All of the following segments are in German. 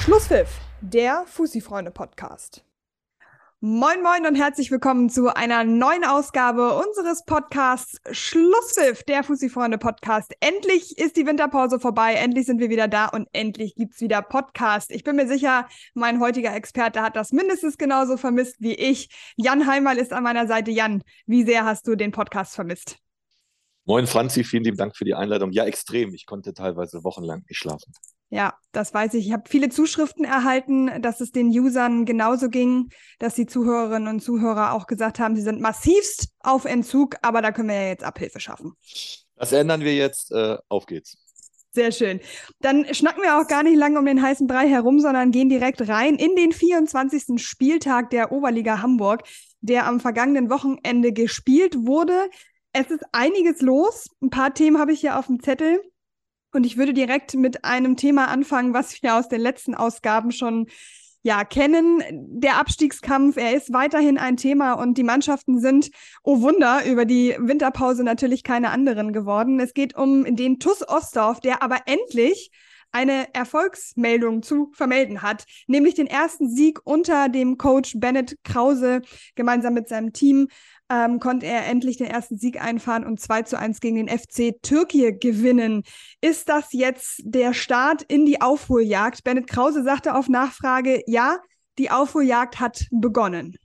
Schlusspfiff, der Fussi-Freunde-Podcast. Moin moin und herzlich willkommen zu einer neuen Ausgabe unseres Podcasts Schlusspfiff, der Fussi-Freunde-Podcast. Endlich ist die Winterpause vorbei, endlich sind wir wieder da und endlich gibt's wieder Podcast. Ich bin mir sicher, mein heutiger Experte hat das mindestens genauso vermisst wie ich. Jan Heimerl ist an meiner Seite. Jan, wie sehr hast du den Podcast vermisst? Moin Franzi, vielen lieben Dank für die Einladung. Ja, extrem. Ich konnte teilweise wochenlang nicht schlafen. Ja, das weiß ich. Ich habe viele Zuschriften erhalten, dass es den Usern genauso ging, dass die Zuhörerinnen und Zuhörer auch gesagt haben, sie sind massivst auf Entzug, aber da können wir ja jetzt Abhilfe schaffen. Das ändern wir jetzt. Auf geht's. Sehr schön. Dann schnacken wir auch gar nicht lange um den heißen Brei herum, sondern gehen direkt rein in den 24. Spieltag der Oberliga Hamburg, der am vergangenen Wochenende gespielt wurde. Es ist einiges los. Ein paar Themen habe ich hier auf dem Zettel. Und ich würde direkt mit einem Thema anfangen, was wir aus den letzten Ausgaben schon kennen. Der Abstiegskampf, er ist weiterhin ein Thema und die Mannschaften sind, oh Wunder, über die Winterpause natürlich keine anderen geworden. Es geht um den TuS Osdorf, der aber endlich eine Erfolgsmeldung zu vermelden hat, nämlich den ersten Sieg unter dem Coach Bennett Krause. Gemeinsam mit seinem Team konnte er endlich den ersten Sieg einfahren und 2:1 gegen den FC Türkiye gewinnen. Ist das jetzt der Start in die Aufholjagd? Bennett Krause sagte auf Nachfrage, ja, die Aufholjagd hat begonnen.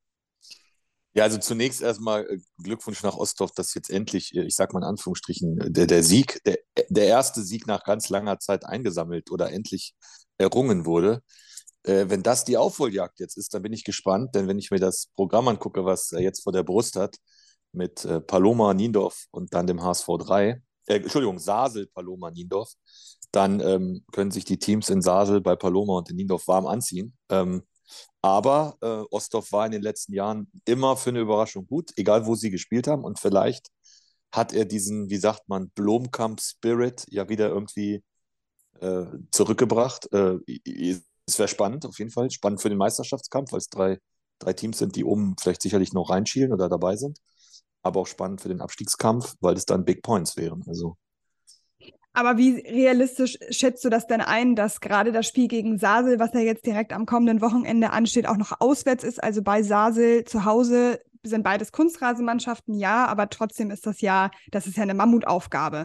Ja, also zunächst erstmal Glückwunsch nach Ostdorf, dass jetzt endlich, ich sag mal in Anführungsstrichen, der Sieg, der erste Sieg nach ganz langer Zeit eingesammelt oder endlich errungen wurde. Wenn das die Aufholjagd jetzt ist, dann bin ich gespannt, denn wenn ich mir das Programm angucke, was er jetzt vor der Brust hat, mit Paloma Niendorf und dann dem HSV 3, Entschuldigung, Sasel, Paloma, Niendorf, dann können sich die Teams in Sasel bei Paloma und in Niendorf warm anziehen. Aber Ostdorf war in den letzten Jahren immer für eine Überraschung gut, egal wo sie gespielt haben. Und vielleicht hat er diesen, wie sagt man, Blomkamp-Spirit ja wieder irgendwie zurückgebracht. Es wäre spannend, auf jeden Fall. Spannend für den Meisterschaftskampf, weil es drei Teams sind, die oben vielleicht sicherlich noch reinschielen oder dabei sind. Aber auch spannend für den Abstiegskampf, weil es dann Big Points wären. Also Aber wie realistisch schätzt du das denn ein, dass gerade das Spiel gegen Sasel, was ja jetzt direkt am kommenden Wochenende ansteht, auch noch auswärts ist? Also bei Sasel zu Hause sind beides Kunstrasenmannschaften, ja, aber trotzdem ist das ist ja eine Mammutaufgabe.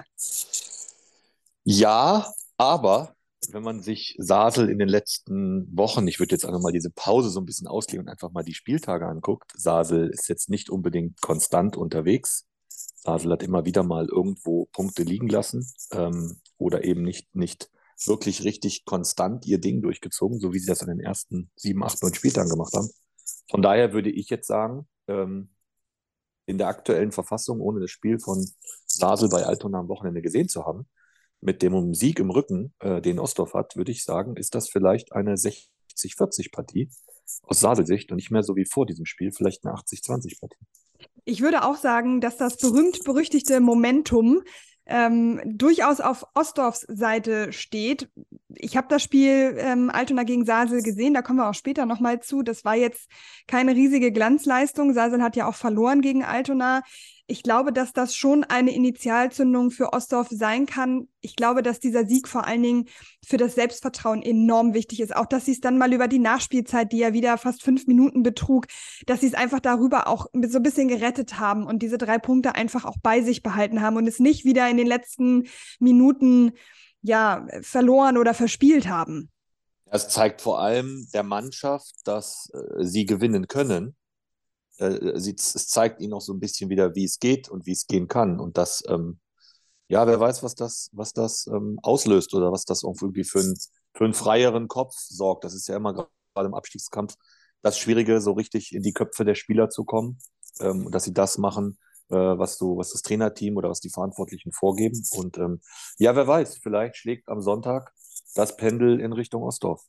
ja, aber wenn man sich Sasel in den letzten Wochen, ich würde jetzt einfach mal diese Pause so ein bisschen auslegen und einfach mal die Spieltage anguckt. Sasel ist jetzt nicht unbedingt konstant unterwegs. Basel hat immer wieder mal irgendwo Punkte liegen lassen oder eben nicht wirklich richtig konstant ihr Ding durchgezogen, so wie sie das an den ersten 7, 8, 9 Spieltagen gemacht haben. Von daher würde ich jetzt sagen, in der aktuellen Verfassung, ohne das Spiel von Basel bei Altona am Wochenende gesehen zu haben, mit dem Sieg im Rücken, den Ostdorf hat, würde ich sagen, ist das vielleicht eine 60-40-Partie aus Basel-Sicht und nicht mehr so wie vor diesem Spiel, vielleicht eine 80-20-Partie. Ich würde auch sagen, dass das berühmt-berüchtigte Momentum durchaus auf Ostdorfs Seite steht. Ich habe das Spiel Altona gegen Sasel gesehen, da kommen wir auch später nochmal zu. Das war jetzt keine riesige Glanzleistung. Sasel hat ja auch verloren gegen Altona. Ich glaube, dass das schon eine Initialzündung für Ostdorf sein kann. Ich glaube, dass dieser Sieg vor allen Dingen für das Selbstvertrauen enorm wichtig ist. Auch, dass sie es dann mal über die Nachspielzeit, die ja wieder fast 5 Minuten betrug, dass sie es einfach darüber auch so ein bisschen gerettet haben und diese 3 Punkte einfach auch bei sich behalten haben und es nicht wieder in den letzten Minuten verloren oder verspielt haben. Es zeigt vor allem der Mannschaft, dass sie gewinnen können. Es zeigt ihnen auch so ein bisschen wieder, wie es geht und wie es gehen kann. Und das, wer weiß, was das auslöst oder was das auch irgendwie für einen freieren Kopf sorgt. Das ist ja immer gerade im Abstiegskampf das Schwierige, so richtig in die Köpfe der Spieler zu kommen, und dass sie das machen, was das Trainerteam oder was die Verantwortlichen vorgeben. Und wer weiß, vielleicht schlägt am Sonntag das Pendel in Richtung Ostdorf.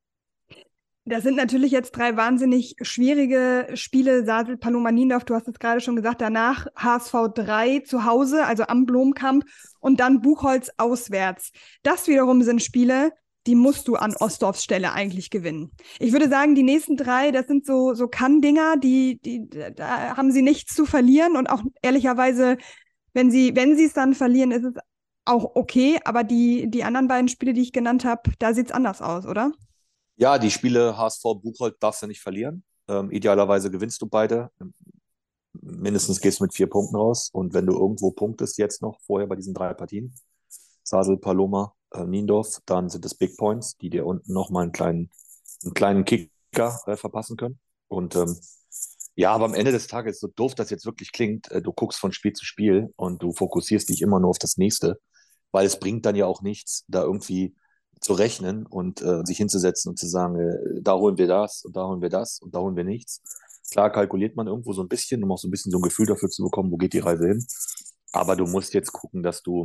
Das sind natürlich jetzt 3 wahnsinnig schwierige Spiele. Sasel, Paloma, Niendorf, du hast es gerade schon gesagt, danach HSV 3 zu Hause, also am Blomkamp und dann Buchholz auswärts. Das wiederum sind Spiele, die musst du an Ostdorfs Stelle eigentlich gewinnen. Ich würde sagen, die nächsten 3, das sind so Kann-Dinger, da haben sie nichts zu verlieren und auch ehrlicherweise, wenn sie es dann verlieren, ist es auch okay, aber die anderen beiden Spiele, die ich genannt habe, da sieht es anders aus, oder? Ja, die Spiele HSV Buchholz darfst du nicht verlieren. Idealerweise gewinnst du beide. Mindestens gehst du mit 4 Punkten raus. Und wenn du irgendwo punktest jetzt noch, vorher bei diesen 3 Partien, Sasel, Paloma, Niendorf, dann sind es Big Points, die dir unten nochmal einen kleinen Kicker verpassen können. Und ja, aber am Ende des Tages, so doof das jetzt wirklich klingt, du guckst von Spiel zu Spiel und du fokussierst dich immer nur auf das nächste, weil es bringt dann ja auch nichts, da irgendwie zu rechnen und sich hinzusetzen und zu sagen, da holen wir das und da holen wir das und da holen wir nichts. Klar kalkuliert man irgendwo so ein bisschen, um auch so ein bisschen so ein Gefühl dafür zu bekommen, wo geht die Reise hin. Aber du musst jetzt gucken, dass du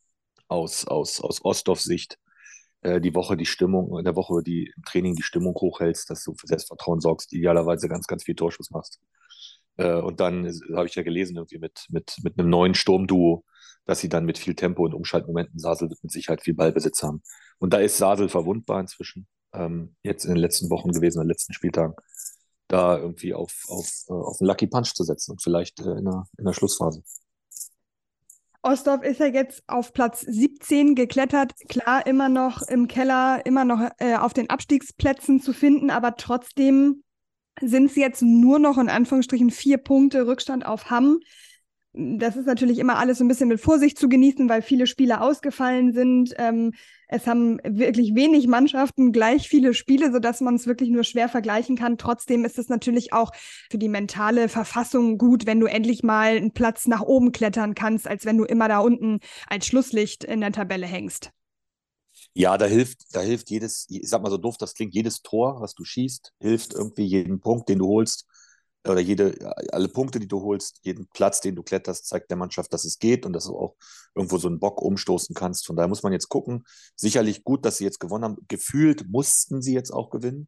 aus Ostdorfs Sicht die Woche die Stimmung, in der Woche im Training die Stimmung hochhältst, dass du für Selbstvertrauen sorgst, idealerweise ganz, ganz viel Torschuss machst. Und dann habe ich ja gelesen, irgendwie mit einem neuen Sturmduo, dass sie dann mit viel Tempo und Umschaltmomenten Sasel wird mit Sicherheit viel Ballbesitz haben. Und da ist Sasel verwundbar inzwischen, jetzt in den letzten Wochen gewesen, in den letzten Spieltagen, da irgendwie auf einen Lucky Punch zu setzen und vielleicht in der Schlussphase. Ostdorf ist ja jetzt auf Platz 17 geklettert. Klar, immer noch im Keller, immer noch auf den Abstiegsplätzen zu finden, aber trotzdem sind es jetzt nur noch in Anführungsstrichen 4 Punkte Rückstand auf Hamm. Das ist natürlich immer alles so ein bisschen mit Vorsicht zu genießen, weil viele Spiele ausgefallen sind. Es haben wirklich wenig Mannschaften gleich viele Spiele, sodass man es wirklich nur schwer vergleichen kann. Trotzdem ist es natürlich auch für die mentale Verfassung gut, wenn du endlich mal einen Platz nach oben klettern kannst, als wenn du immer da unten als Schlusslicht in der Tabelle hängst. Ja, da hilft jedes, ich sag mal so doof, das klingt, jedes Tor, was du schießt, hilft irgendwie jeden Punkt, den du holst, oder alle Punkte, die du holst, jeden Platz, den du kletterst, zeigt der Mannschaft, dass es geht und dass du auch irgendwo so einen Bock umstoßen kannst. Von daher muss man jetzt gucken. Sicherlich gut, dass sie jetzt gewonnen haben. Gefühlt mussten sie jetzt auch gewinnen.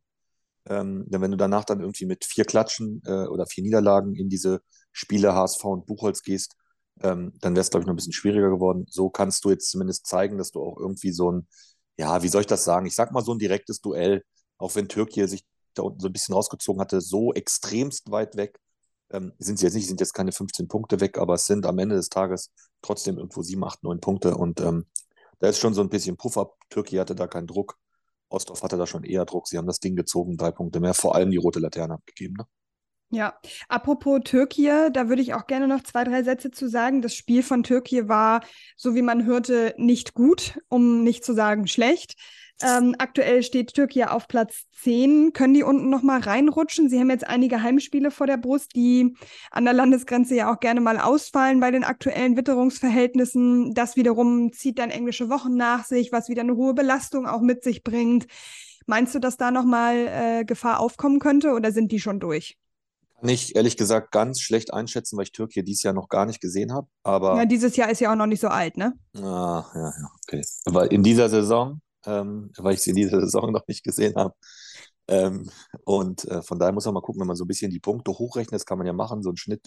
Denn wenn du danach dann irgendwie mit 4 Klatschen oder 4 Niederlagen in diese Spiele HSV und Buchholz gehst, dann wäre es, glaube ich, noch ein bisschen schwieriger geworden. So kannst du jetzt zumindest zeigen, dass du auch irgendwie so ein, ja, wie soll ich das sagen? Ich sag mal so ein direktes Duell, auch wenn Türkei sich da unten so ein bisschen rausgezogen hatte, so extremst weit weg sind sie jetzt nicht, sind jetzt keine 15 Punkte weg, aber es sind am Ende des Tages trotzdem irgendwo 7, 8, 9 Punkte und da ist schon so ein bisschen Puffer. Türkei hatte da keinen Druck. Ostdorf hatte da schon eher Druck. Sie haben das Ding gezogen, 3 Punkte mehr, vor allem die rote Laterne abgegeben. Ne? Ja, apropos Türkei, da würde ich auch gerne noch 2, 3 Sätze zu sagen. Das Spiel von Türkei war, so wie man hörte, nicht gut, um nicht zu sagen schlecht. Aktuell steht Türkei auf Platz 10. Können die unten noch mal reinrutschen? Sie haben jetzt einige Heimspiele vor der Brust, die an der Landesgrenze ja auch gerne mal ausfallen bei den aktuellen Witterungsverhältnissen. Das wiederum zieht dann englische Wochen nach sich, was wieder eine hohe Belastung auch mit sich bringt. Meinst du, dass da noch mal Gefahr aufkommen könnte oder sind die schon durch? Kann ich ehrlich gesagt ganz schlecht einschätzen, weil ich Türkei dieses Jahr noch gar nicht gesehen habe. Ja, Aber, dieses Jahr ist ja auch noch nicht so alt, ne? ja, okay. Aber in dieser Saison, weil ich sie in dieser Saison noch nicht gesehen habe, und von daher muss man mal gucken, wenn man so ein bisschen die Punkte hochrechnet, das kann man ja machen, so einen Schnitt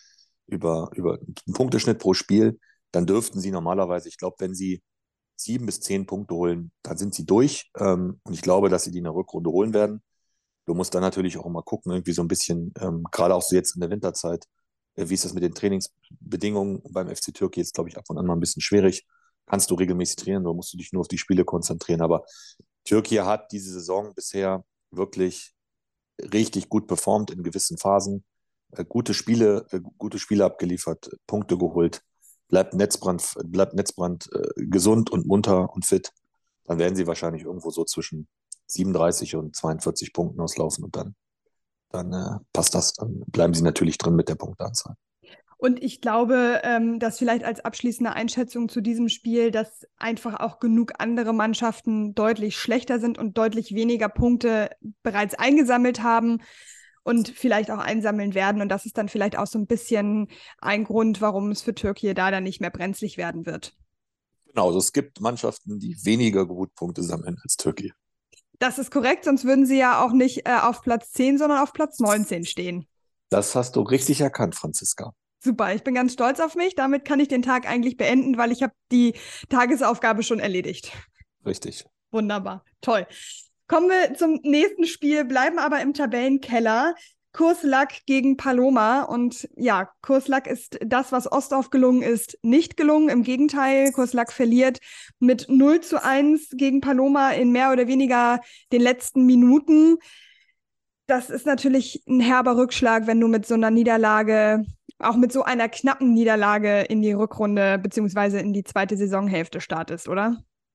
über einen Punkteschnitt pro Spiel, dann dürften sie normalerweise, ich glaube, wenn sie 7 bis 10 Punkte holen, dann sind sie durch. Und ich glaube, dass sie die in der Rückrunde holen werden. Du musst dann natürlich auch immer gucken, irgendwie so ein bisschen, gerade auch so jetzt in der Winterzeit, wie ist das mit den Trainingsbedingungen beim FC Türkei? Ist, glaube ich, ab und an mal ein bisschen schwierig. Kannst du regelmäßig trainieren oder musst du dich nur auf die Spiele konzentrieren? Aber Türkei hat diese Saison bisher wirklich richtig gut performt in gewissen Phasen, gute Spiele abgeliefert, Punkte geholt, bleibt Netzbrand gesund und munter und fit, dann werden sie wahrscheinlich irgendwo so zwischen 37 und 42 Punkten auslaufen und dann passt das, dann bleiben sie natürlich drin mit der Punkteanzahl. Und ich glaube, dass vielleicht als abschließende Einschätzung zu diesem Spiel, dass einfach auch genug andere Mannschaften deutlich schlechter sind und deutlich weniger Punkte bereits eingesammelt haben und vielleicht auch einsammeln werden. Und das ist dann vielleicht auch so ein bisschen ein Grund, warum es für Türkei da dann nicht mehr brenzlig werden wird. Genau, also es gibt Mannschaften, die weniger gut Punkte sammeln als Türkei. Das ist korrekt, sonst würden sie ja auch nicht auf Platz 10, sondern auf Platz 19 stehen. Das hast du richtig erkannt, Franziska. Super, ich bin ganz stolz auf mich. Damit kann ich den Tag eigentlich beenden, weil ich habe die Tagesaufgabe schon erledigt. Richtig. Wunderbar, toll. Kommen wir zum nächsten Spiel, bleiben aber im Tabellenkeller. Kurslack gegen Paloma. Und ja, Kurslack ist das, was Ostdorf gelungen ist, nicht gelungen. Im Gegenteil, Kurslack verliert mit 0:1 gegen Paloma in mehr oder weniger den letzten Minuten. Das ist natürlich ein herber Rückschlag, wenn du mit so einer Niederlage, auch mit so einer knappen Niederlage in die Rückrunde beziehungsweise in die zweite Saisonhälfte startest, oder?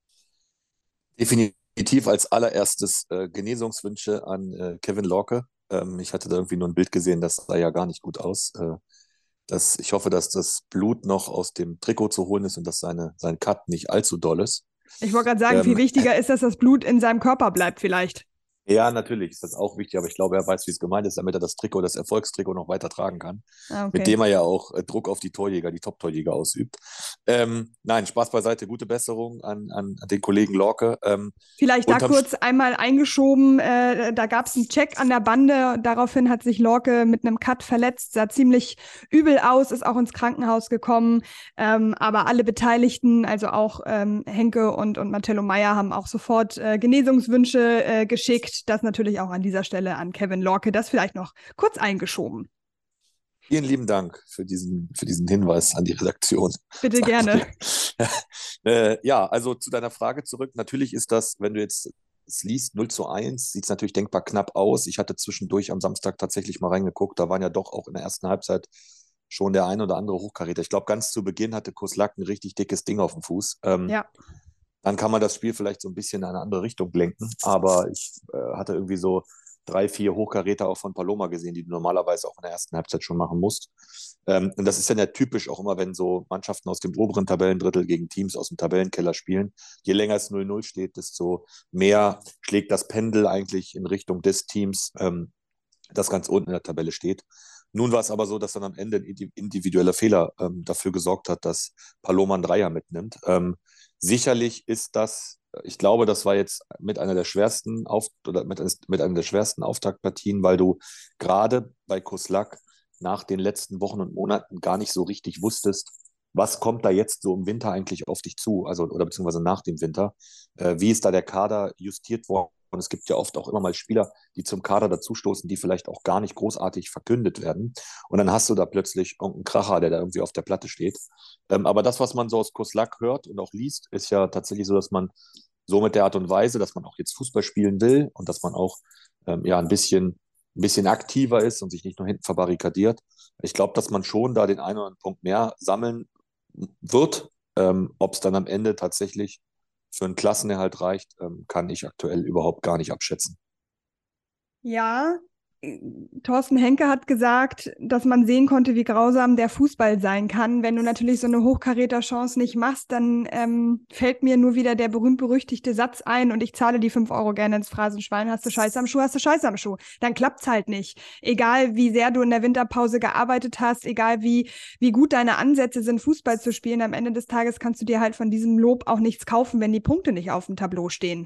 Definitiv als allererstes Genesungswünsche an Kevin Lorke. Ich hatte da irgendwie nur ein Bild gesehen, das sah ja gar nicht gut aus. Ich hoffe, dass das Blut noch aus dem Trikot zu holen ist und dass sein Cut nicht allzu doll ist. Ich wollte gerade sagen, viel Ähm, wichtiger ist, dass das Blut in seinem Körper bleibt vielleicht. Ja, natürlich ist das auch wichtig, aber ich glaube, er weiß, wie es gemeint ist, damit er das Trikot, das Erfolgstrikot noch weiter tragen kann, Ah, mit okay. dem er ja auch Druck auf die Torjäger, die Top-Torjäger ausübt. Nein, Spaß beiseite, gute Besserung an den Kollegen Lorke. Vielleicht da Unterm, kurz einmal eingeschoben, da gab es einen Check an der Bande, daraufhin hat sich Lorke mit einem Cut verletzt, sah ziemlich übel aus, ist auch ins Krankenhaus gekommen, aber alle Beteiligten, also auch Henke und Marcello Meyer haben auch sofort Genesungswünsche geschickt, das natürlich auch an dieser Stelle an Kevin Lorke, das vielleicht noch kurz eingeschoben. Vielen lieben Dank für diesen Hinweis an die Redaktion. Bitte gerne. Ja, also zu deiner Frage zurück. Natürlich ist das, wenn du jetzt es liest, 0:1, sieht es natürlich denkbar knapp aus. Ich hatte zwischendurch am Samstag tatsächlich mal reingeguckt. Da waren ja doch auch in der ersten Halbzeit schon der ein oder andere Hochkaräter. Ich glaube, ganz zu Beginn hatte Kuslak ein richtig dickes Ding auf dem Fuß. Ja. Dann kann man das Spiel vielleicht so ein bisschen in eine andere Richtung lenken. Aber ich hatte irgendwie so 3, 4 Hochkaräter auch von Paloma gesehen, die du normalerweise auch in der ersten Halbzeit schon machen musst. Und das ist dann ja typisch auch immer, wenn so Mannschaften aus dem oberen Tabellendrittel gegen Teams aus dem Tabellenkeller spielen. Je länger es 0:0 steht, desto mehr schlägt das Pendel eigentlich in Richtung des Teams, das ganz unten in der Tabelle steht. Nun war es aber so, dass dann am Ende ein individueller Fehler dafür gesorgt hat, dass Paloma einen Dreier mitnimmt. Sicherlich ist das, ich glaube, das war jetzt mit einer der schwersten mit einer der schwersten Auftaktpartien, weil du gerade bei Kuslak nach den letzten Wochen und Monaten gar nicht so richtig wusstest, was kommt da jetzt so im Winter eigentlich auf dich zu, also oder beziehungsweise nach dem Winter. Wie ist da der Kader justiert worden? Und es gibt ja oft auch immer mal Spieler, die zum Kader dazustoßen, die vielleicht auch gar nicht großartig verkündet werden. Und dann hast du da plötzlich irgendeinen Kracher, der da irgendwie auf der Platte steht. Aber das, was man so aus Kuslak hört und auch liest, ist ja tatsächlich so, dass man so mit der Art und Weise, dass man auch jetzt Fußball spielen will und dass man auch ja ein bisschen aktiver ist und sich nicht nur hinten verbarrikadiert. Ich glaube, dass man schon da den einen oder anderen Punkt mehr sammeln wird. Ob es dann am Ende tatsächlich für einen Klassenerhalt reicht, kann ich aktuell überhaupt gar nicht abschätzen. Ja, Thorsten Henke hat gesagt, dass man sehen konnte, wie grausam der Fußball sein kann. Wenn du natürlich so eine Hochkaräter-Chance nicht machst, dann fällt mir nur wieder der berühmt-berüchtigte Satz ein und ich zahle die 5 € gerne ins Phrasenschwein. Hast du Scheiße am Schuh, hast du Scheiße am Schuh. Dann klappt's halt nicht. Egal, wie sehr du in der Winterpause gearbeitet hast, egal, wie gut deine Ansätze sind, Fußball zu spielen, am Ende des Tages kannst du dir halt von diesem Lob auch nichts kaufen, wenn die Punkte nicht auf dem Tableau stehen.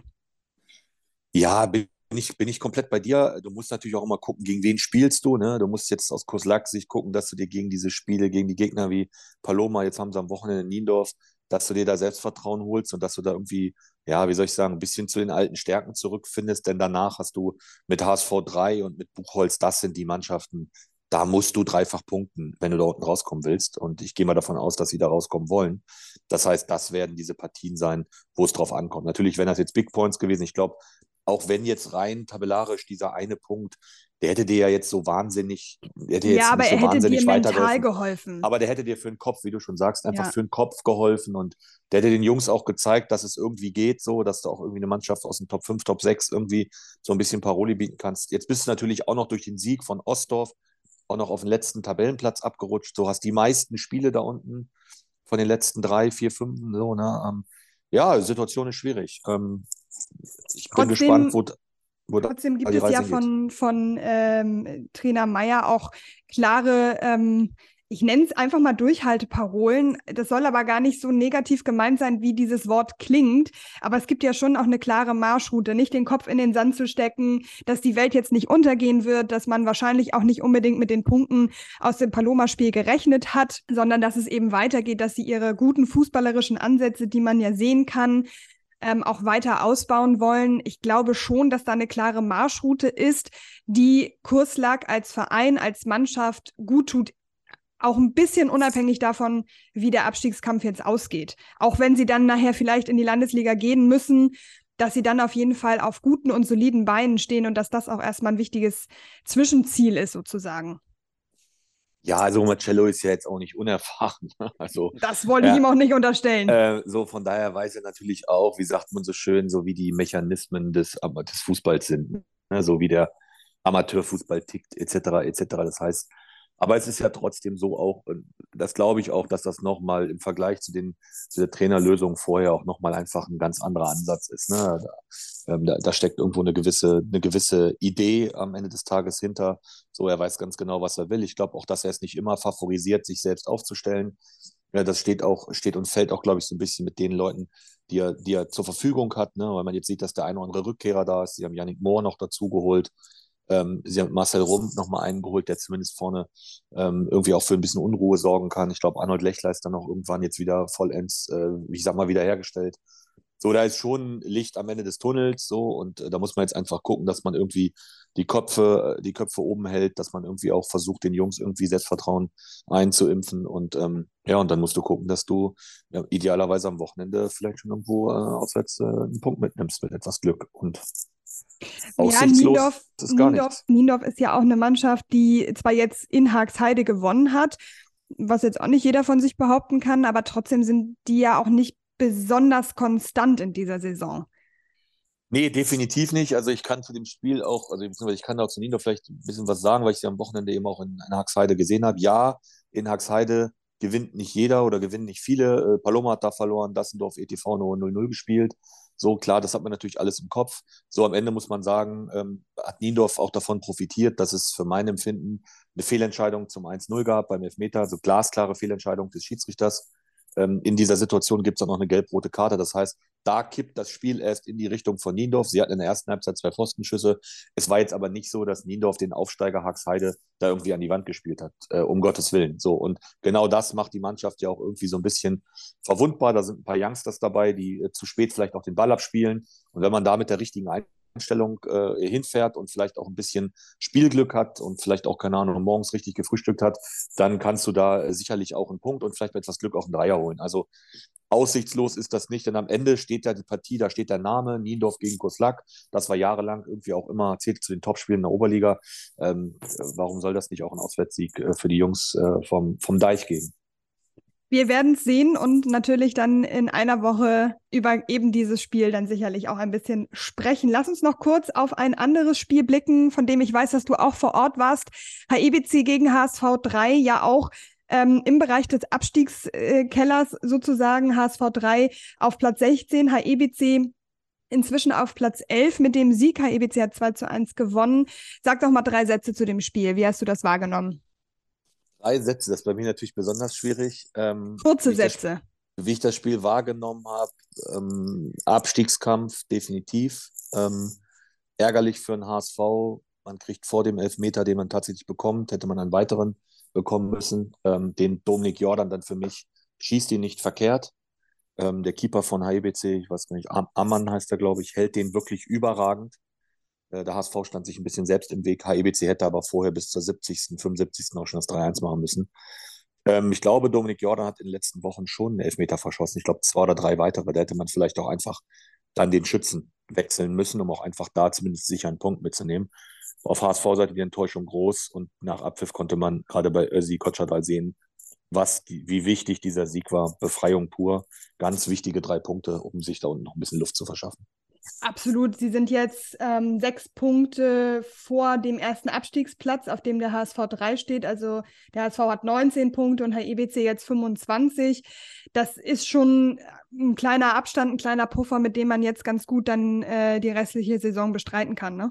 Ja, bin ich komplett bei dir. Du musst natürlich auch immer gucken, gegen wen spielst du. Ne? Du musst jetzt aus Kuslak-Sicht gucken, dass du dir gegen diese Spiele, gegen die Gegner wie Paloma, jetzt haben sie am Wochenende in Niendorf, dass du dir da Selbstvertrauen holst und dass du da irgendwie, ja, wie soll ich sagen, ein bisschen zu den alten Stärken zurückfindest. Denn danach hast du mit HSV 3 und mit Buchholz, das sind die Mannschaften, da musst du dreifach punkten, wenn du da unten rauskommen willst. Und ich gehe mal davon aus, dass sie da rauskommen wollen. Das heißt, das werden diese Partien sein, wo es drauf ankommt. Natürlich, wenn das jetzt Big Points gewesen, ich glaube, auch wenn jetzt rein tabellarisch dieser eine Punkt, der hätte dir ja jetzt so wahnsinnig, der hätte Ja, jetzt aber nicht er so hätte dir wahnsinnig mental weitergeholfen. geholfen. Aber der hätte dir für den Kopf, wie du schon sagst, einfach Ja. für den Kopf geholfen und der hätte den Jungs auch gezeigt, dass es irgendwie geht, so, dass du auch irgendwie eine Mannschaft aus dem Top 5, Top 6 irgendwie so ein bisschen Paroli bieten kannst. Jetzt bist du natürlich auch noch durch den Sieg von Ostdorf auch noch auf den letzten Tabellenplatz abgerutscht. Du hast die meisten Spiele da unten von den letzten 3, 4, 5, so, ne? Ja, Situation ist schwierig. Ich bin gespannt, Trotzdem wo da Trotzdem gibt die es ja Reise hingeht. von Trainer Meyer auch klare, ich nenne es einfach mal Durchhalteparolen. Das soll aber gar nicht so negativ gemeint sein, wie dieses Wort klingt. Aber es gibt ja schon auch eine klare Marschroute, nicht den Kopf in den Sand zu stecken, dass die Welt jetzt nicht untergehen wird, dass man wahrscheinlich auch nicht unbedingt mit den Punkten aus dem Paloma-Spiel gerechnet hat, sondern dass es eben weitergeht, dass sie ihre guten fußballerischen Ansätze, die man ja sehen kann, auch weiter ausbauen wollen. Ich glaube schon, dass da eine klare Marschroute ist, die Kurslack als Verein, als Mannschaft gut tut, auch ein bisschen unabhängig davon, wie der Abstiegskampf jetzt ausgeht. Auch wenn sie dann nachher vielleicht in die Landesliga gehen müssen, dass sie dann auf jeden Fall auf guten und soliden Beinen stehen und dass das auch erstmal ein wichtiges Zwischenziel ist, sozusagen. Ja, also Marcello ist ja jetzt auch nicht unerfahren. Also, Das wollte ich ihm ja, auch nicht unterstellen. so von daher weiß er natürlich auch, wie sagt man so schön, so wie die Mechanismen des Fußballs sind. Ne? So wie der Amateurfußball tickt, etc., etc. Das heißt, aber es ist ja trotzdem so auch, das glaube ich auch, dass das nochmal im Vergleich zu der Trainerlösung vorher auch nochmal einfach ein ganz anderer Ansatz ist. Ne? Da steckt irgendwo eine gewisse Idee am Ende des Tages hinter. So, er weiß ganz genau, was er will. Ich glaube auch, dass er es nicht immer favorisiert, sich selbst aufzustellen. Ja, das steht und fällt auch, glaube ich, so ein bisschen mit den Leuten, die er zur Verfügung hat, ne? Weil man jetzt sieht, dass der eine oder andere Rückkehrer da ist. Sie haben Yannick Mohr noch dazu geholt. Sie haben Marcel Rump nochmal einen geholt, der zumindest vorne irgendwie auch für ein bisschen Unruhe sorgen kann. Ich glaube, Arnold Lechler ist dann auch irgendwann jetzt wieder vollends, ich sag mal, wiederhergestellt. So, da ist schon Licht am Ende des Tunnels, so, und da muss man jetzt einfach gucken, dass man irgendwie die Köpfe oben hält, dass man irgendwie auch versucht, den Jungs irgendwie Selbstvertrauen einzuimpfen und ja, und dann musst du gucken, dass du ja, idealerweise am Wochenende vielleicht schon irgendwo auswärts einen Punkt mitnimmst mit etwas Glück und Ja, aussichtslos ist gar nichts. Niendorf ist ja auch eine Mannschaft, die zwar jetzt in Haagsheide gewonnen hat, was jetzt auch nicht jeder von sich behaupten kann, aber trotzdem sind die ja auch nicht besonders konstant in dieser Saison. Nee, definitiv nicht. Also ich kann zu dem Spiel auch, also beziehungsweise ich kann da zu Nino vielleicht ein bisschen was sagen, weil ich sie am Wochenende eben auch in Haagsheide gesehen habe. Ja, in Haagsheide gewinnt nicht jeder oder gewinnen nicht viele. Paloma hat da verloren, Dassendorf, ETV nur 0-0 gespielt. So, klar, das hat man natürlich alles im Kopf. So, am Ende muss man sagen, hat Niendorf auch davon profitiert, dass es für mein Empfinden eine Fehlentscheidung zum 1-0 gab beim Elfmeter, also glasklare Fehlentscheidung des Schiedsrichters. In dieser Situation gibt es auch noch eine gelb-rote Karte. Das heißt, da kippt das Spiel erst in die Richtung von Niendorf. Sie hatten in der ersten Halbzeit 2 Pfostenschüsse. Es war jetzt aber nicht so, dass Niendorf den Aufsteiger Haagsheide da irgendwie an die Wand gespielt hat, um Gottes Willen. So, und genau das macht die Mannschaft ja auch irgendwie so ein bisschen verwundbar. Da sind ein paar Youngsters dabei, die zu spät vielleicht auch den Ball abspielen. Und wenn man da mit der richtigen Einstellung hinfährt und vielleicht auch ein bisschen Spielglück hat und vielleicht auch, keine Ahnung, morgens richtig gefrühstückt hat, dann kannst du da sicherlich auch einen Punkt und vielleicht mit etwas Glück auch einen Dreier holen. Also aussichtslos ist das nicht, denn am Ende steht ja die Partie, da steht der Name Niendorf gegen Koslak. Das war jahrelang irgendwie auch immer, zählt zu den Topspielen der Oberliga. Warum soll das nicht auch ein Auswärtssieg für die Jungs vom Deich geben? Wir werden es sehen und natürlich dann in einer Woche über eben dieses Spiel dann sicherlich auch ein bisschen sprechen. Lass uns noch kurz auf ein anderes Spiel blicken, von dem ich weiß, dass du auch vor Ort warst. HEBC gegen HSV 3, ja auch im Bereich des Abstiegskellers sozusagen. HSV 3 auf Platz 16, HEBC inzwischen auf Platz 11 mit dem Sieg. HEBC hat 2-1 gewonnen. Sag doch mal 3 Sätze zu dem Spiel. Wie hast du das wahrgenommen? 3 Sätze, das ist bei mir natürlich besonders schwierig. Kurze Sätze. Wie ich das Spiel wahrgenommen habe, Abstiegskampf definitiv. Ärgerlich für den HSV. Man kriegt vor dem Elfmeter, den man tatsächlich bekommt, hätte man einen weiteren bekommen müssen. Den Dominik Jordan dann für mich schießt ihn nicht verkehrt. Der Keeper von HEBC, ich weiß gar nicht, Ammann heißt er, glaube ich, hält den wirklich überragend. Der HSV stand sich ein bisschen selbst im Weg. HEBC hätte aber vorher bis zur 70., 75. auch schon das 3-1 machen müssen. Ich glaube, Dominik Jordan hat in den letzten Wochen schon einen Elfmeter verschossen. Ich glaube, 2 oder 3 weitere. Da hätte man vielleicht auch einfach dann den Schützen wechseln müssen, um auch einfach da zumindest sicher einen Punkt mitzunehmen. Auf HSV-Seite die Enttäuschung groß und nach Abpfiff konnte man gerade bei Özzi Kotschadal sehen, wie wichtig dieser Sieg war. Befreiung pur. Ganz wichtige 3 Punkte, um sich da unten noch ein bisschen Luft zu verschaffen. Absolut. Sie sind jetzt 6 Punkte vor dem ersten Abstiegsplatz, auf dem der HSV 3 steht. Also der HSV hat 19 Punkte und HEBC jetzt 25. Das ist schon ein kleiner Abstand, ein kleiner Puffer, mit dem man jetzt ganz gut dann die restliche Saison bestreiten kann, ne?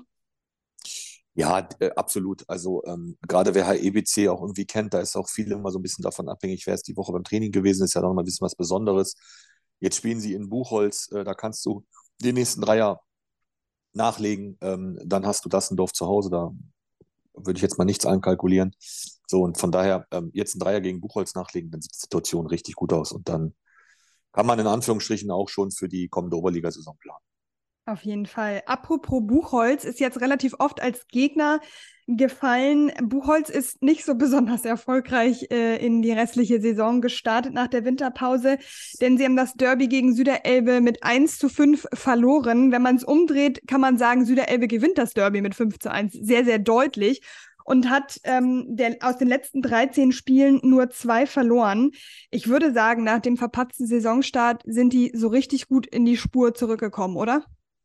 Ja, absolut. Also gerade wer HEBC auch irgendwie kennt, da ist auch viel immer so ein bisschen davon abhängig, wer ist die Woche beim Training gewesen, ist ja noch mal ein bisschen was Besonderes. Jetzt spielen sie in Buchholz, da kannst du den nächsten Dreier nachlegen, dann hast du Dassendorf zu Hause, da würde ich jetzt mal nichts einkalkulieren. So, und von daher jetzt einen Dreier gegen Buchholz nachlegen, dann sieht die Situation richtig gut aus und dann kann man in Anführungsstrichen auch schon für die kommende Oberligasaison planen. Auf jeden Fall. Apropos Buchholz, ist jetzt relativ oft als Gegner gefallen. Buchholz ist nicht so besonders erfolgreich in die restliche Saison gestartet nach der Winterpause, denn sie haben das Derby gegen Süderelbe mit 1:5 verloren. Wenn man es umdreht, kann man sagen, Süderelbe gewinnt das Derby mit 5:1 sehr, sehr deutlich und hat aus den letzten 13 Spielen nur 2 verloren. Ich würde sagen, nach dem verpatzten Saisonstart sind die so richtig gut in die Spur zurückgekommen, oder?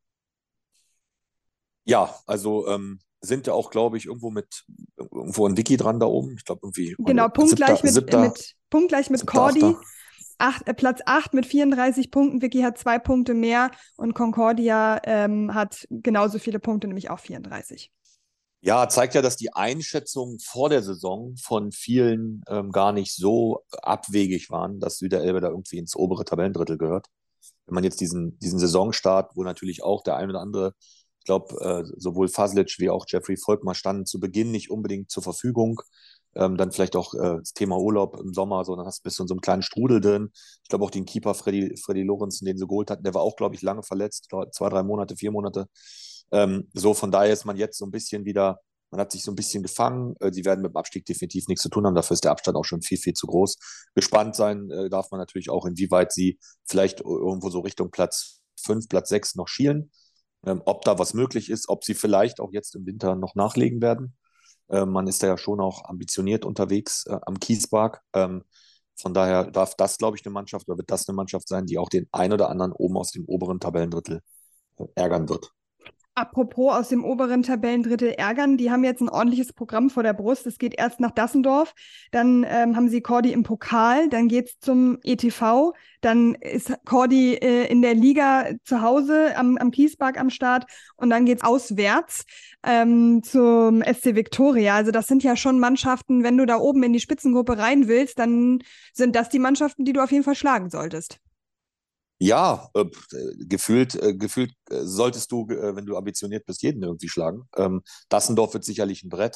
Ja, also sind ja auch, glaube ich, irgendwo ein Wiki dran da oben. Ich glaube irgendwie Genau, punktgleich mit siebter, achter. Cordy. Platz 8 mit 34 Punkten. Vicky hat 2 Punkte mehr und Concordia hat genauso viele Punkte, nämlich auch 34. Ja, zeigt ja, dass die Einschätzungen vor der Saison von vielen gar nicht so abwegig waren, dass Süderelbe da irgendwie ins obere Tabellendrittel gehört. Wenn man jetzt diesen Saisonstart, wo natürlich auch der ein oder andere, ich glaube, sowohl Faslic wie auch Jeffrey Volkmar standen zu Beginn nicht unbedingt zur Verfügung. Dann vielleicht auch das Thema Urlaub im Sommer, so, dann bist du in so einem kleinen Strudel drin. Ich glaube auch den Keeper Freddy Lorenzen, den sie geholt hatten, der war auch, glaube ich, lange verletzt, 2, 3 Monate, 4 Monate. So, von daher ist man jetzt so ein bisschen wieder, man hat sich so ein bisschen gefangen. Sie werden mit dem Abstieg definitiv nichts zu tun haben. Dafür ist der Abstand auch schon viel, viel zu groß. Gespannt sein darf man natürlich auch, inwieweit sie vielleicht irgendwo so Richtung Platz 5, Platz 6 noch schielen. Ob da was möglich ist, ob sie vielleicht auch jetzt im Winter noch nachlegen werden. Man ist da ja schon auch ambitioniert unterwegs am Kiespark. Von daher darf das, glaube ich, eine Mannschaft oder wird das eine Mannschaft sein, die auch den ein oder anderen oben aus dem oberen Tabellendrittel ärgern wird. Apropos aus dem oberen Tabellendrittel ärgern, die haben jetzt ein ordentliches Programm vor der Brust. Es geht erst nach Dassendorf, dann haben sie Cordy im Pokal, dann geht es zum ETV, dann ist Cordy in der Liga zu Hause am Kiespark am Start und dann geht es auswärts zum SC Viktoria. Also das sind ja schon Mannschaften, wenn du da oben in die Spitzengruppe rein willst, dann sind das die Mannschaften, die du auf jeden Fall schlagen solltest. Ja, gefühlt solltest du, wenn du ambitioniert bist, jeden irgendwie schlagen. Dassendorf wird sicherlich ein Brett.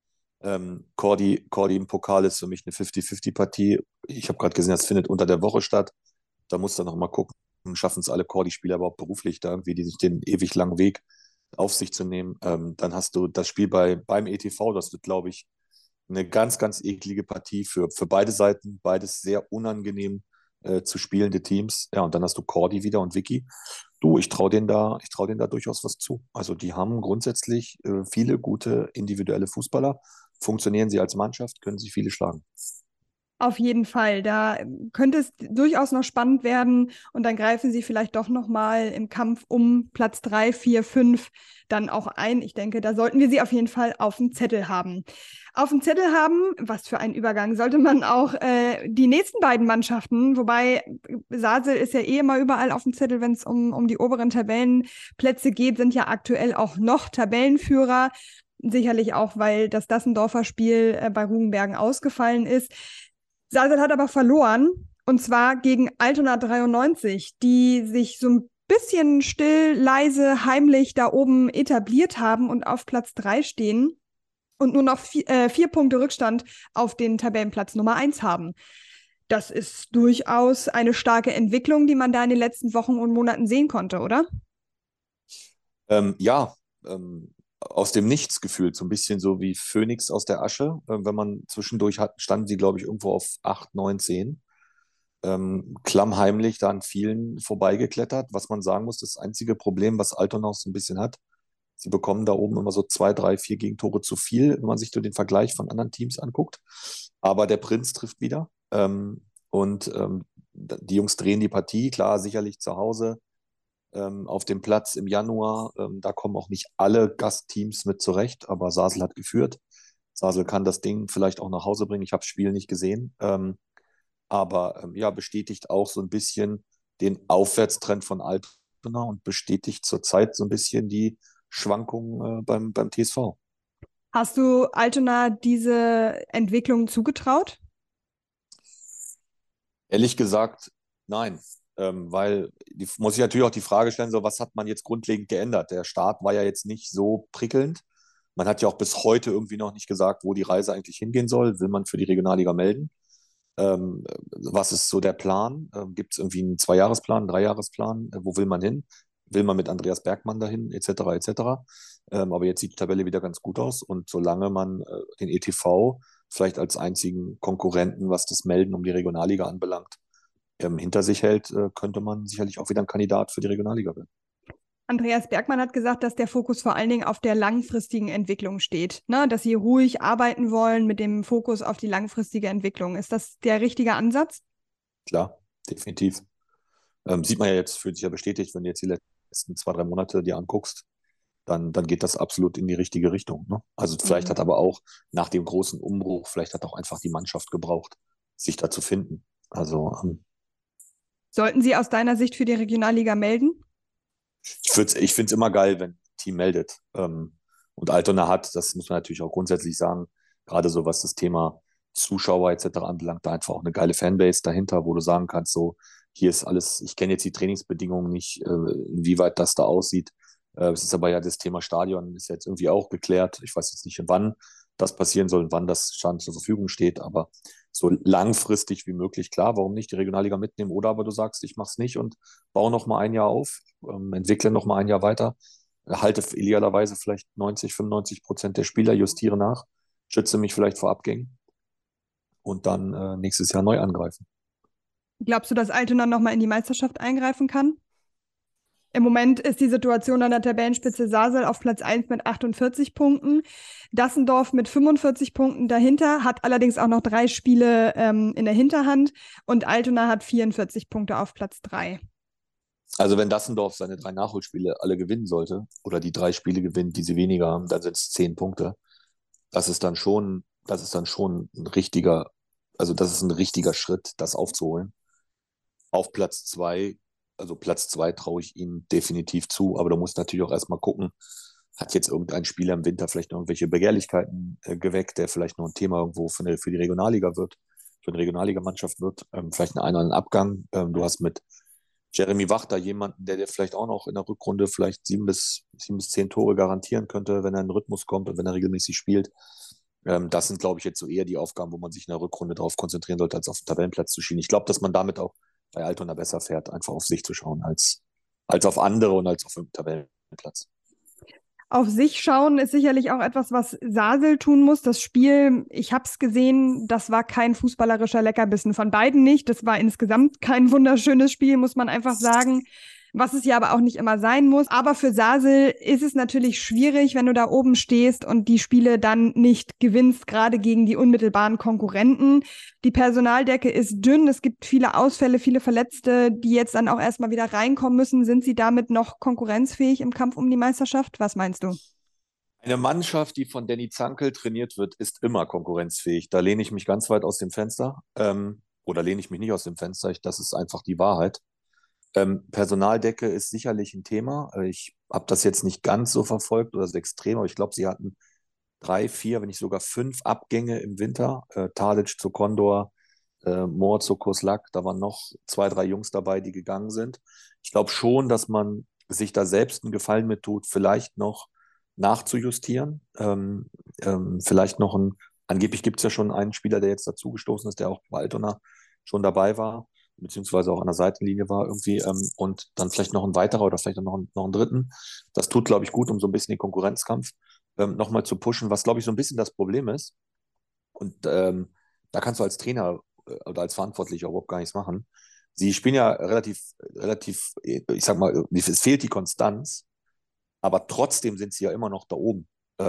Cordy im Pokal ist für mich eine 50-50-Partie. Ich habe gerade gesehen, das findet unter der Woche statt. Da musst du noch mal gucken, schaffen es alle Cordy-Spieler überhaupt beruflich da irgendwie, die sich den ewig langen Weg auf sich zu nehmen. Dann hast du das Spiel beim ETV, das wird, glaube ich, eine ganz, ganz eklige Partie für beide Seiten, beides sehr unangenehm zu spielende Teams. Ja, und dann hast du Cordy wieder und Vicky. Du, ich trau denen da durchaus was zu. Also die haben grundsätzlich viele gute individuelle Fußballer. Funktionieren sie als Mannschaft, können sie viele schlagen. Auf jeden Fall, da könnte es durchaus noch spannend werden und dann greifen sie vielleicht doch nochmal im Kampf um Platz 3, 4, 5 dann auch ein. Ich denke, da sollten wir sie auf jeden Fall auf dem Zettel haben. Auf dem Zettel haben, was für ein Übergang, sollte man auch die nächsten beiden Mannschaften, wobei Sasel ist ja eh immer überall auf dem Zettel, wenn es um die oberen Tabellenplätze geht, sind ja aktuell auch noch Tabellenführer. Sicherlich auch, weil das Dassendorfer Spiel bei Rugenbergen ausgefallen ist. Sasel hat aber verloren, und zwar gegen Altona 93, die sich so ein bisschen still, leise, heimlich da oben etabliert haben und auf Platz 3 stehen und nur noch 4 Punkte Rückstand auf den Tabellenplatz Nummer 1 haben. Das ist durchaus eine starke Entwicklung, die man da in den letzten Wochen und Monaten sehen konnte, oder? Ja, aus dem Nichts gefühlt, so ein bisschen so wie Phönix aus der Asche. Wenn man zwischendurch hat, standen sie, glaube ich, irgendwo auf 8, 9, 10. Klammheimlich da an vielen vorbeigeklettert. Was man sagen muss, das einzige Problem, was Altona so ein bisschen hat, sie bekommen da oben immer so 2, 3, 4 Gegentore zu viel, wenn man sich so den Vergleich von anderen Teams anguckt. Aber der Prinz trifft wieder. Die Jungs drehen die Partie, klar, sicherlich zu Hause auf dem Platz im Januar. Da kommen auch nicht alle Gastteams mit zurecht, aber Sasel hat geführt. Sasel kann das Ding vielleicht auch nach Hause bringen. Ich habe das Spiel nicht gesehen, aber ja, bestätigt auch so ein bisschen den Aufwärtstrend von Altona und bestätigt zurzeit so ein bisschen die Schwankungen beim TSV. Hast du Altona diese Entwicklung zugetraut? Ehrlich gesagt, nein. Weil muss ich natürlich auch die Frage stellen, so was hat man jetzt grundlegend geändert? Der Start war ja jetzt nicht so prickelnd. Man hat ja auch bis heute irgendwie noch nicht gesagt, wo die Reise eigentlich hingehen soll. Will man für die Regionalliga melden? Was ist so der Plan? Gibt es irgendwie einen Zweijahresplan, einen Dreijahresplan? Wo will man hin? Will man mit Andreas Bergmann dahin, etc., etc.? Aber jetzt sieht die Tabelle wieder ganz gut aus. Und solange man den ETV vielleicht als einzigen Konkurrenten, was das Melden um die Regionalliga anbelangt, hinter sich hält, könnte man sicherlich auch wieder ein Kandidat für die Regionalliga werden. Andreas Bergmann hat gesagt, dass der Fokus vor allen Dingen auf der langfristigen Entwicklung steht, ne? Dass sie ruhig arbeiten wollen mit dem Fokus auf die langfristige Entwicklung. Ist das der richtige Ansatz? Klar, definitiv. Sieht man ja jetzt, fühlt sich ja bestätigt, wenn du jetzt die letzten 2, 3 Monate dir anguckst, dann geht das absolut in die richtige Richtung. Ne? Also vielleicht hat aber auch nach dem großen Umbruch, vielleicht hat auch einfach die Mannschaft gebraucht, sich da zu finden. Also Sollten Sie aus deiner Sicht für die Regionalliga melden? ich finde es immer geil, wenn ein Team meldet. Und Altona hat, das muss man natürlich auch grundsätzlich sagen, gerade so was das Thema Zuschauer etc. anbelangt, da einfach auch eine geile Fanbase dahinter, wo du sagen kannst, so, hier ist alles, ich kenne jetzt die Trainingsbedingungen nicht, inwieweit das da aussieht. Es ist aber ja das Thema Stadion ist jetzt irgendwie auch geklärt. Ich weiß jetzt nicht, wann das passieren soll und wann das Stand zur Verfügung steht, aber so langfristig wie möglich, klar, warum nicht die Regionalliga mitnehmen? Oder aber du sagst, ich mache es nicht und baue noch mal ein Jahr auf, entwickle noch mal ein Jahr weiter, halte idealerweise vielleicht 90, 95% der Spieler, justiere nach, schütze mich vielleicht vor Abgängen und dann nächstes Jahr neu angreifen. Glaubst du, dass Altona nochmal in die Meisterschaft eingreifen kann? Im Moment ist die Situation an der Tabellenspitze Sasel auf Platz 1 mit 48 Punkten. Dassendorf mit 45 Punkten dahinter, hat allerdings auch noch 3 Spiele in der Hinterhand. Und Altona hat 44 Punkte auf Platz 3. Also wenn Dassendorf seine 3 Nachholspiele alle gewinnen sollte oder die 3 Spiele gewinnt, die sie weniger haben, dann sind es 10 Punkte. Das ist dann schon ein richtiger, also das ist ein richtiger Schritt, das aufzuholen. Auf Platz 2, also Platz 2 traue ich ihnen definitiv zu, aber du musst natürlich auch erstmal gucken, hat jetzt irgendein Spieler im Winter vielleicht noch irgendwelche Begehrlichkeiten geweckt, der vielleicht noch ein Thema irgendwo für die Regionalliga wird, für eine Regionalligamannschaft wird, vielleicht einen oder anderen Abgang. Du hast mit Jeremy Wachter jemanden, der dir vielleicht auch noch in der Rückrunde vielleicht 7 bis 10 Tore garantieren könnte, wenn er in den Rhythmus kommt und wenn er regelmäßig spielt. Das sind, glaube ich, jetzt so eher die Aufgaben, wo man sich in der Rückrunde darauf konzentrieren sollte, als auf den Tabellenplatz zu schieben. Ich glaube, dass man damit auch bei Altona besser fährt, einfach auf sich zu schauen, als auf andere und als auf den Tabellenplatz. Auf sich schauen ist sicherlich auch etwas, was Sasel tun muss. Das Spiel, ich habe es gesehen, das war kein fußballerischer Leckerbissen von beiden nicht. Das war insgesamt kein wunderschönes Spiel, muss man einfach sagen. Was es ja aber auch nicht immer sein muss. Aber für Sasel ist es natürlich schwierig, wenn du da oben stehst und die Spiele dann nicht gewinnst, gerade gegen die unmittelbaren Konkurrenten. Die Personaldecke ist dünn, es gibt viele Ausfälle, viele Verletzte, die jetzt dann auch erstmal wieder reinkommen müssen. Sind sie damit noch konkurrenzfähig im Kampf um die Meisterschaft? Was meinst du? Eine Mannschaft, die von Danny Zankel trainiert wird, ist immer konkurrenzfähig. Da lehne ich mich ganz weit aus dem Fenster. Oder lehne ich mich nicht aus dem Fenster. Das ist einfach die Wahrheit. Personaldecke ist sicherlich ein Thema. Ich habe das jetzt nicht ganz so verfolgt oder so extrem, aber ich glaube, sie hatten 3, 4, wenn nicht sogar 5 Abgänge im Winter. Tadic zu Condor, Mohr zu Koslak. Da waren noch 2, 3 Jungs dabei, die gegangen sind. Ich glaube schon, dass man sich da selbst einen Gefallen mit tut, vielleicht noch nachzujustieren. Vielleicht noch angeblich gibt es ja schon einen Spieler, der jetzt dazugestoßen ist, der auch bei Altona schon dabei war, beziehungsweise auch an der Seitenlinie war irgendwie, und dann vielleicht noch ein weiterer oder vielleicht noch einen dritten. Das tut, glaube ich, gut, um so ein bisschen den Konkurrenzkampf nochmal zu pushen, was, glaube ich, so ein bisschen das Problem ist. Und da kannst du als Trainer oder als Verantwortlicher überhaupt gar nichts machen. Sie spielen ja relativ, ich sag mal, es fehlt die Konstanz, aber trotzdem sind sie ja immer noch da oben.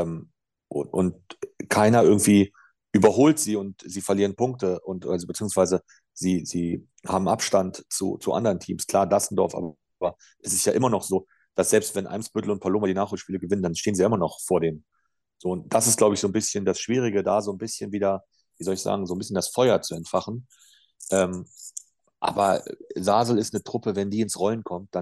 Und keiner irgendwie überholt sie und sie verlieren Punkte und also beziehungsweise sie haben Abstand zu anderen Teams. Klar, Dassendorf, aber es ist ja immer noch so, dass selbst wenn Eimsbüttel und Paloma die Nachholspiele gewinnen, dann stehen sie ja immer noch vor denen. So, und das ist, glaube ich, so ein bisschen das Schwierige, da so ein bisschen wieder, wie soll ich sagen, so ein bisschen das Feuer zu entfachen. Ähm, aber Sasel ist eine Truppe, wenn die ins Rollen kommt,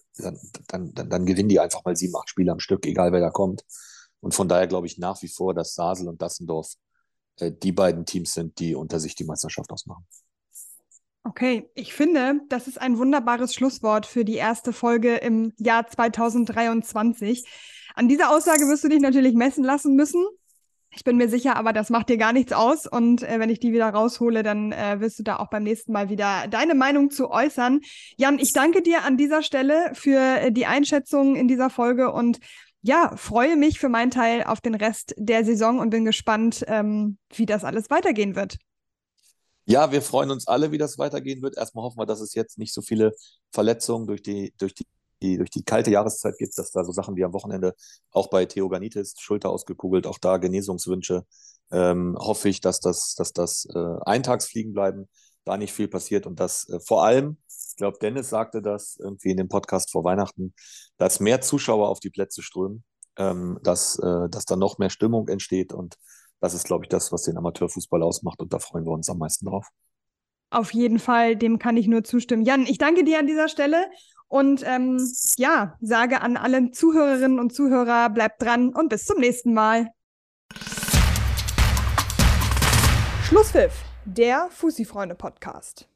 dann gewinnen die einfach mal 7, 8 Spiele am Stück, egal wer da kommt. Und von daher glaube ich nach wie vor, dass Sasel und Dassendorf die beiden Teams sind, die unter sich die Meisterschaft ausmachen. Okay, ich finde, das ist ein wunderbares Schlusswort für die erste Folge im Jahr 2023. An dieser Aussage wirst du dich natürlich messen lassen müssen. Ich bin mir sicher, aber das macht dir gar nichts aus. Und wenn ich die wieder raushole, dann wirst du da auch beim nächsten Mal wieder deine Meinung zu äußern. Jan, ich danke dir an dieser Stelle für die Einschätzung in dieser Folge und ja, freue mich für meinen Teil auf den Rest der Saison und bin gespannt, wie das alles weitergehen wird. Ja, wir freuen uns alle, wie das weitergehen wird. Erstmal hoffen wir, dass es jetzt nicht so viele Verletzungen durch die kalte Jahreszeit gibt, dass da so Sachen wie am Wochenende, auch bei Theoganitis, Schulter ausgekugelt, auch da Genesungswünsche. Hoffe ich, dass das Eintagsfliegen bleiben, da nicht viel passiert und dass vor allem, ich glaube, Dennis sagte das irgendwie in dem Podcast vor Weihnachten, dass mehr Zuschauer auf die Plätze strömen, dass da noch mehr Stimmung entsteht und das ist, glaube ich, das, was den Amateurfußball ausmacht und da freuen wir uns am meisten drauf. Auf jeden Fall, dem kann ich nur zustimmen. Jan, ich danke dir an dieser Stelle und ja, sage an alle Zuhörerinnen und Zuhörer, bleibt dran und bis zum nächsten Mal. Schlusspfiff, der Fussi-Freunde-Podcast.